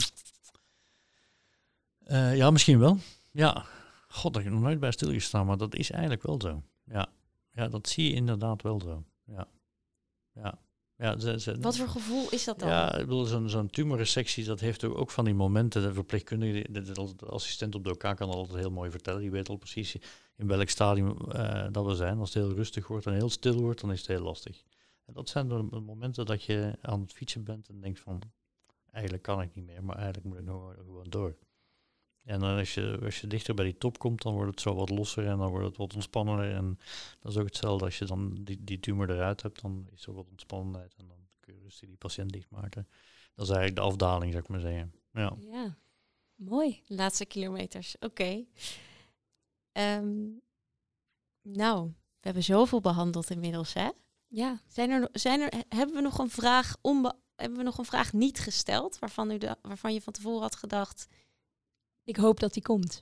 uh, ja, misschien wel. Ja, god, daar heb ik nog nooit bij stilgestaan, maar dat is eigenlijk wel zo. Ja, ja dat zie je inderdaad wel zo. Ja, ja. Ja, ze, ze, Wat voor gevoel is dat dan? Ja, ik bedoel, zo'n, zo'n tumorresectie, dat heeft ook, ook van die momenten. De verpleegkundige, de, de, de assistent op de O K kan altijd heel mooi vertellen. Die weet al precies in welk stadium uh, dat we zijn. Als het heel rustig wordt en heel stil wordt, dan is het heel lastig. En dat zijn de momenten dat je aan het fietsen bent en denkt van, eigenlijk kan ik niet meer, maar eigenlijk moet ik nog gewoon door. En dan als je, als je dichter bij die top komt, dan wordt het zo wat losser en dan wordt het wat ontspannender. En dat is ook hetzelfde als je dan die, die tumor eruit hebt, dan is er wat ontspannenheid en dan kun je rustig die patiënt dichtmaken. Dat is eigenlijk de afdaling, zou ik maar zeggen. Ja, ja. Mooi. Laatste kilometers, oké. Okay. Um, nou, we hebben zoveel behandeld inmiddels, hè? Ja. Zijn er, zijn er, hebben we nog een vraag onbe- hebben we nog een vraag niet gesteld, waarvan, u de, waarvan je van tevoren had gedacht... Ik hoop dat die komt.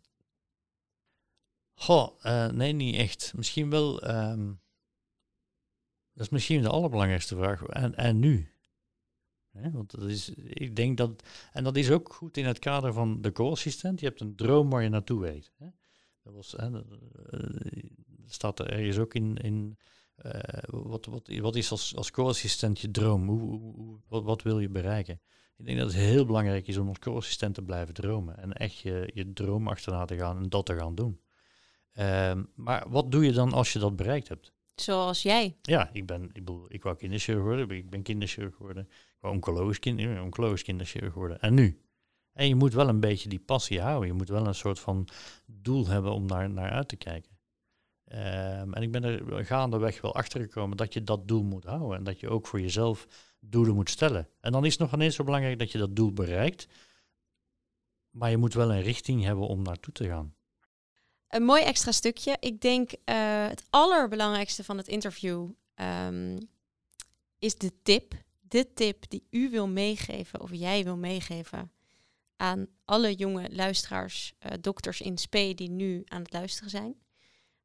Goh, uh, nee, niet echt. Misschien wel, um, dat is misschien de allerbelangrijkste vraag. En, en nu? Hè, want dat is, ik denk dat, en dat is ook goed in het kader van de co-assistent. Je hebt een droom waar je naartoe weet. Hè. Dat was, hè, dat, uh, staat er ergens ook in, in uh, wat, wat, wat is als, als co-assistent je droom? Hoe, hoe, wat, wat wil je bereiken? Ik denk dat het heel belangrijk is om als co-assistent te blijven dromen. En echt je, je droom achterna te gaan en dat te gaan doen. Um, maar wat doe je dan als je dat bereikt hebt? Zoals jij. Ja, ik ben, ik bedoel, ik wou kinderchirurg worden. Ik ben kinderchirurg geworden. Ik wou oncologisch, kind, oncologisch kinderchirurg worden. En nu? En je moet wel een beetje die passie houden. Je moet wel een soort van doel hebben om naar, naar uit te kijken. Um, en ik ben er gaandeweg wel achter gekomen dat je dat doel moet houden. En dat je ook voor jezelf doelen moet stellen. En dan is het nog ineens zo belangrijk dat je dat doel bereikt. Maar je moet wel een richting hebben om naartoe te gaan. Een mooi extra stukje. Ik denk uh, het allerbelangrijkste van het interview um, is de tip. De tip die u wil meegeven of jij wil meegeven aan alle jonge luisteraars, uh, dokters in spe die nu aan het luisteren zijn.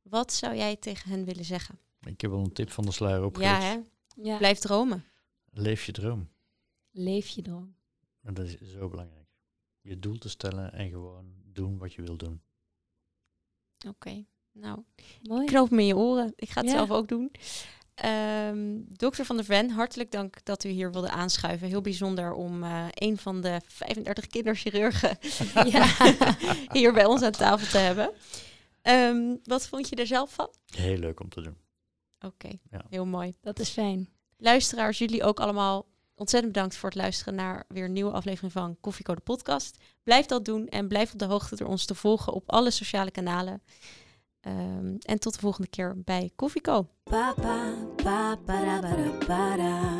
Wat zou jij tegen hen willen zeggen? Ik heb wel een tip van de sluier opgelicht. Ja, hè? Ja. Blijf dromen. Leef je droom. Leef je droom. En dat is zo belangrijk. Je doel te stellen en gewoon doen wat je wil doen. Oké, okay. nou, Mooi. knoop me in je oren. Ik ga het Ja. zelf ook doen. Um, dokter Van der Ven, hartelijk dank dat u hier wilde aanschuiven. Heel bijzonder om uh, een van de vijfendertig kinderchirurgen ja, hier bij ons aan tafel te hebben. Um, wat vond je er zelf van? Heel leuk om te doen. Oké, okay, ja. heel mooi. Dat is fijn. Luisteraars, jullie ook allemaal ontzettend bedankt voor het luisteren naar weer een nieuwe aflevering van Koffieko de podcast. Blijf dat doen en blijf op de hoogte door ons te volgen op alle sociale kanalen. Um, en tot de volgende keer bij Koffieko. Pa, pa, pa, para, para, para.